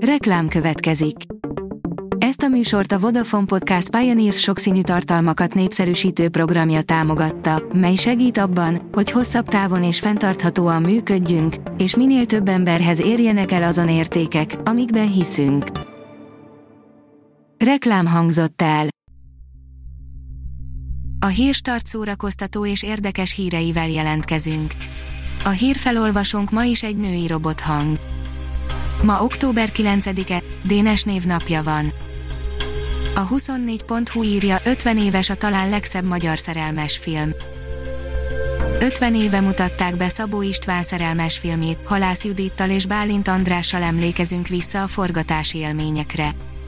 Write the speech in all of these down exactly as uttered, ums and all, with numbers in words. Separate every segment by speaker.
Speaker 1: Reklám következik. Ezt a műsort a Vodafone Podcast Pioneers sokszínű tartalmakat népszerűsítő programja támogatta, mely segít abban, hogy hosszabb távon és fenntarthatóan működjünk, és minél több emberhez érjenek el azon értékek, amikben hiszünk. Reklám hangzott el. A Hírstart szórakoztató és érdekes híreivel jelentkezünk. A hírfelolvasónk ma is egy női robothang. Ma október kilencedike, Dénes névnapja van. A huszonnégy pont hu írja, ötven éves a talán legszebb magyar szerelmes film. ötven éve mutatták be Szabó István szerelmes filmét, Halász Judittal és Bálint Andrással emlékezünk vissza a forgatási élményekre.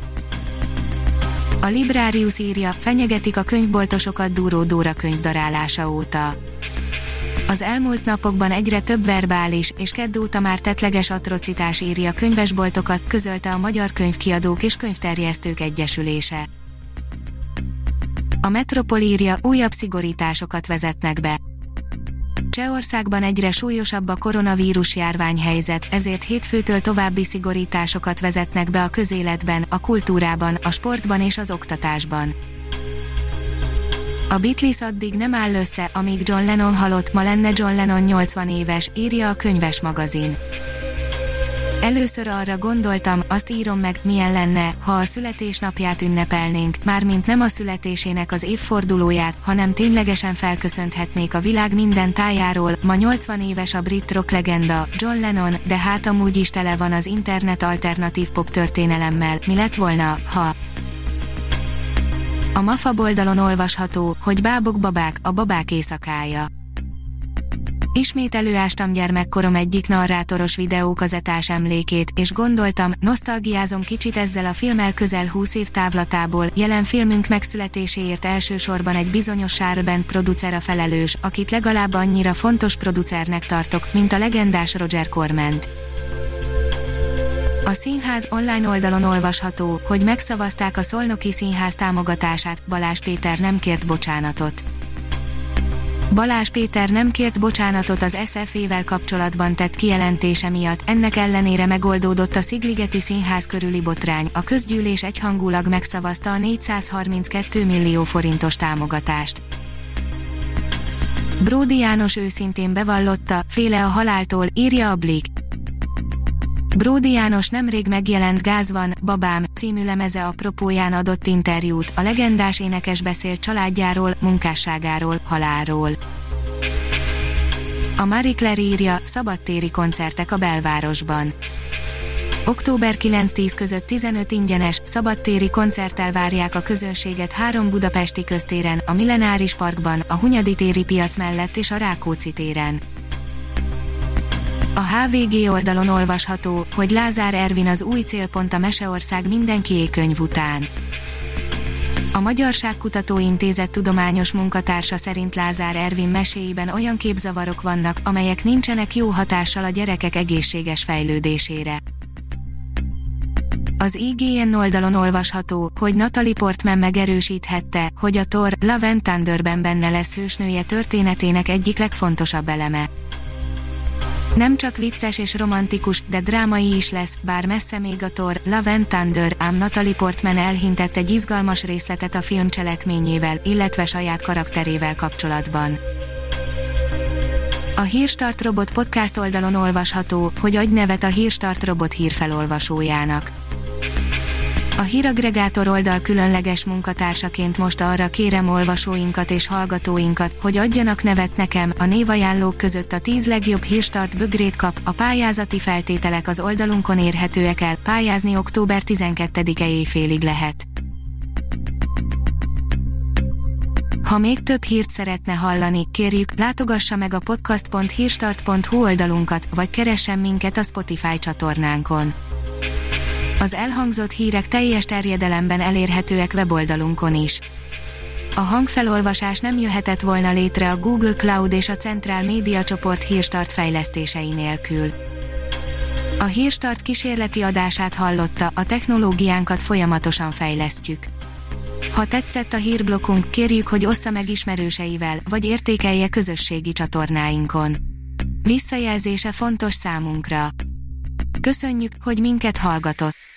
Speaker 1: A Librarius írja, fenyegetik a könyvboltosokat Dúró Dóra könyv darálása óta. Az elmúlt napokban egyre több verbális és kedd óta már tettleges atrocitás éri a könyvesboltokat, közölte a Magyar Könyvkiadók és Könyvterjesztők Egyesülése. A Metropol írja, újabb szigorításokat vezetnek be. Csehországban egyre súlyosabb a koronavírus járványhelyzet, ezért hétfőtől további szigorításokat vezetnek be a közéletben, a kultúrában, a sportban és az oktatásban. A Beatles addig nem áll össze, amíg John Lennon halott, ma lenne John Lennon nyolcvan éves, írja a Könyves magazin. Először arra gondoltam, azt írom meg, milyen lenne, ha a születésnapját ünnepelnénk, mármint nem a születésének az évfordulóját, hanem ténylegesen felköszönthetnék a világ minden tájáról. Ma nyolcvan éves a brit rock legenda, John Lennon, de hát amúgy is tele van az internet alternatív pop történelemmel, mi lett volna, ha... A Mafab oldalon olvasható, hogy Bábok babák, a babák éjszakája. Ismét előástam gyermekkorom egyik narrátoros videókazetás emlékét, és gondoltam, nosztalgiázom kicsit ezzel a filmmel közel húsz év távlatából. Jelen filmünk megszületéséért elsősorban egy bizonyos Sárband producer a felelős, akit legalább annyira fontos producernek tartok, mint a legendás Roger Cormant. A Színház online oldalon olvasható, hogy megszavazták a Szolnoki Színház támogatását, Balázs Péter nem kért bocsánatot. Balázs Péter nem kért bocsánatot az es ef é-vel kapcsolatban tett kijelentése miatt, ennek ellenére megoldódott a Szigligeti Színház körüli botrány, a közgyűlés egyhangulag megszavazta a négyszázharminckettő millió forintos támogatást. Bródi János őszintén bevallotta, féle a haláltól, írja a Blick. Bródi János nemrég megjelent Gáz van, babám című lemeze apropóján adott interjút, a legendás énekes beszélt családjáról, munkásságáról, halálról. A Marie Claire írja, szabadtéri koncertek a belvárosban. október kilenc-tíz között tizenöt ingyenes, szabadtéri koncerttel várják a közönséget három budapesti köztéren, a Millenáris Parkban, a Hunyadi téri piac mellett és a Rákóczi téren. A há vé gé oldalon olvasható, hogy Lázár Ervin az új célpont a Meseország mindenkié könyv után. A Magyarságkutató Intézet tudományos munkatársa szerint Lázár Ervin meséiben olyan képzavarok vannak, amelyek nincsenek jó hatással a gyerekek egészséges fejlődésére. Az i gé en oldalon olvasható, hogy Natalie Portman megerősíthette, hogy a Thor Love and Thunderben benne lesz hősnője történetének egyik legfontosabb eleme. Nem csak vicces és romantikus, de drámai is lesz, bár messze még a Thor, Love and Thunder, ám Natalie Portman elhintett egy izgalmas részletet a film cselekményével, illetve saját karakterével kapcsolatban. A Hírstart Robot podcast oldalon olvasható, hogy adj nevet a Hírstart Robot hírfelolvasójának. A híraggregátor oldal különleges munkatársaként most arra kérem olvasóinkat és hallgatóinkat, hogy adjanak nevet nekem, a névajánlók között a tíz legjobb Hírstart bögrét kap, a pályázati feltételek az oldalunkon érhetőek el, pályázni október tizenkettedike éjfélig lehet. Ha még több hírt szeretne hallani, kérjük, látogassa meg a podcast pont hírstart pont hu oldalunkat, vagy keressen minket a Spotify csatornánkon. Az elhangzott hírek teljes terjedelemben elérhetőek weboldalunkon is. A hangfelolvasás nem jöhetett volna létre a Google Cloud és a Centrál Média csoport Hírstart fejlesztései nélkül. A Hírstart kísérleti adását hallotta, a technológiánkat folyamatosan fejlesztjük. Ha tetszett a hírblokkunk, kérjük, hogy ossza meg ismerőseivel, vagy értékelje közösségi csatornáinkon. Visszajelzése fontos számunkra. Köszönjük, hogy minket hallgatott!